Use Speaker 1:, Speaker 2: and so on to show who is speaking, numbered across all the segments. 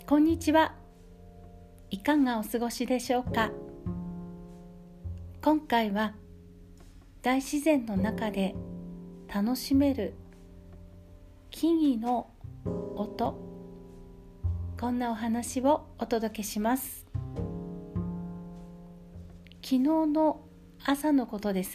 Speaker 1: こんにちは。いかがお過ごしでしょうか。今回は大自然の中で楽しめる木々の音、こんなお話をお届けします。昨日の朝のことです。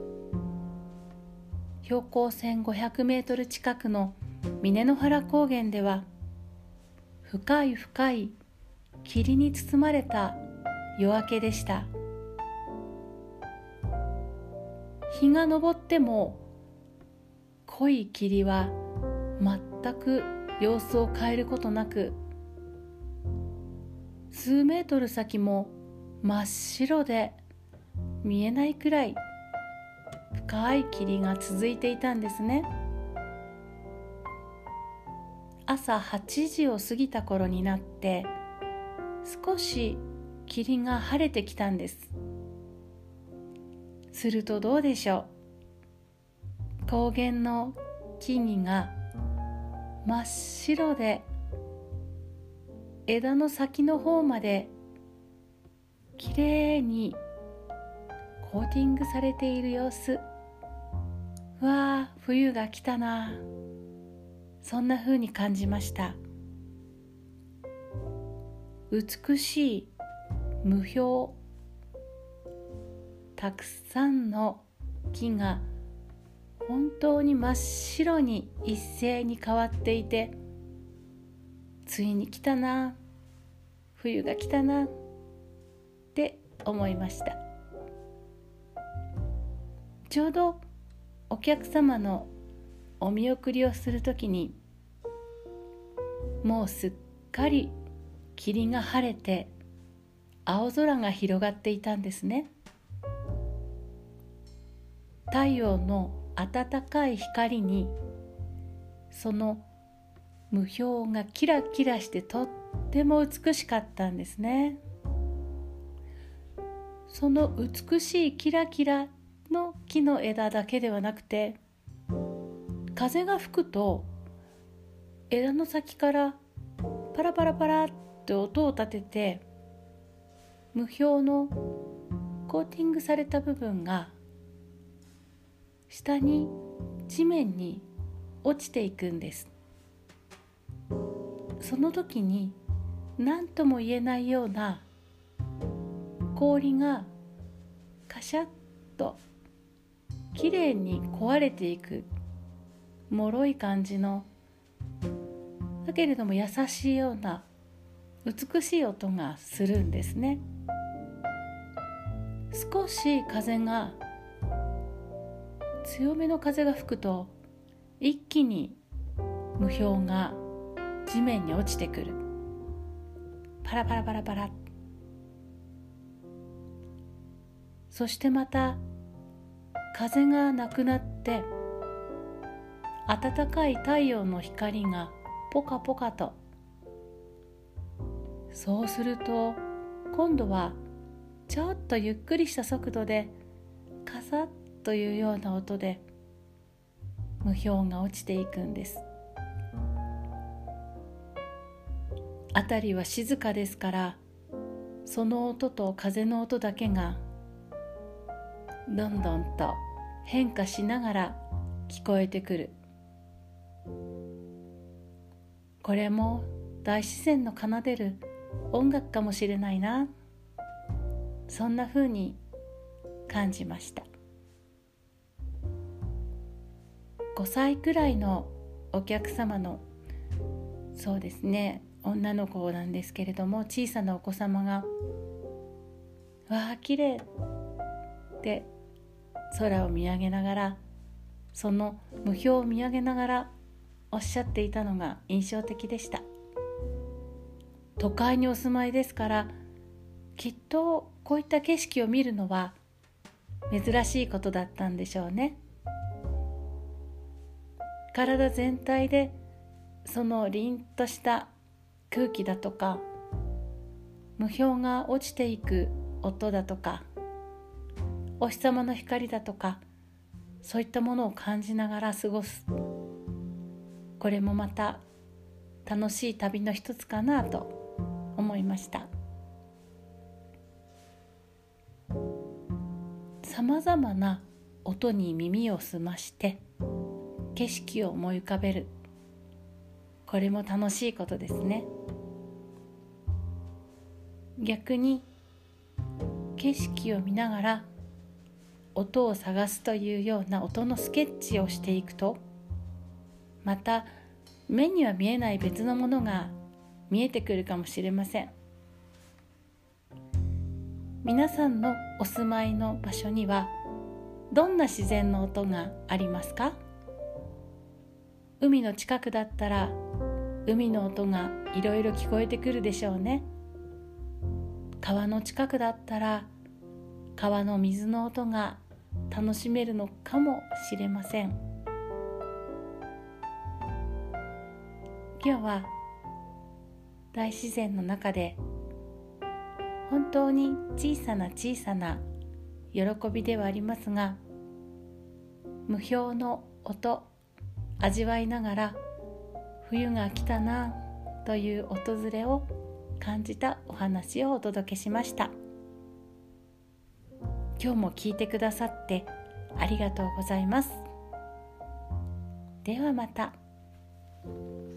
Speaker 1: 標高1500メートル近くの峰の原高原では、深い深い霧に包まれた夜明けでした。日が昇っても濃い霧は全く様子を変えることなく、数メートル先も真っ白で見えないくらい深い霧が続いていたんですね。朝8時を過ぎた頃になって、少し霧が晴れてきたんです。するとどうでしょう。高原の木々が真っ白で、枝の先の方まできれいにコーティングされている様子。わあ、冬が来たな。そんな風に感じました。美しい霧氷、たくさんの木が本当に真っ白に一斉に変わっていて、ついに来たな、冬が来たなって思いました。ちょうどお客様のお見送りをするときに、もうすっかり霧が晴れて青空が広がっていたんですね。太陽の暖かい光に、その霧氷がキラキラしてとっても美しかったんですね。その美しいキラキラの木の枝だけではなくて、風が吹くと枝の先からパラパラパラって音を立てて、霧氷のコーティングされた部分が下に地面に落ちていくんです。その時に何とも言えないような氷がカシャッときれいに壊れていく、脆い感じの、だけれども優しいような美しい音がするんですね。少し強めの風が吹くと、一気に霧氷が地面に落ちてくる。パラパラパラパラ。そしてまた風がなくなって、暖かい太陽の光がポカポカと。そうすると今度はちょっとゆっくりした速度でカサッというような音で霧氷が落ちていくんです。辺りは静かですから、その音と風の音だけがどんどんと変化しながら聞こえてくる。これも大自然の奏でる音楽かもしれないな、そんな風に感じました。5歳くらいのお客様の、そうですね、女の子なんですけれども、小さなお子様がわあ綺麗って空を見上げながら、その霧氷を見上げながらおっしゃっていたのが印象的でした。都会にお住まいですから、きっとこういった景色を見るのは珍しいことだったんでしょうね。体全体でその凛とした空気だとか、霧氷が落ちていく音だとか、お日様の光だとか、そういったものを感じながら過ごす。これもまた楽しい旅の一つかなと思いました。さまざまな音に耳を澄まして景色を思い浮かべる、これも楽しいことですね。逆に景色を見ながら音を探すというような音のスケッチをしていくと、また目には見えない別のものが見えてくるかもしれません。皆さんのお住まいの場所にはどんな自然の音がありますか？海の近くだったら海の音がいろいろ聞こえてくるでしょうね。川の近くだったら川の水の音が楽しめるのかもしれません。今日は大自然の中で本当に小さな小さな喜びではありますが、無表の音味わいながら冬が来たなという訪れを感じたお話をお届けしました。今日も聞いてくださってありがとうございます。ではまた。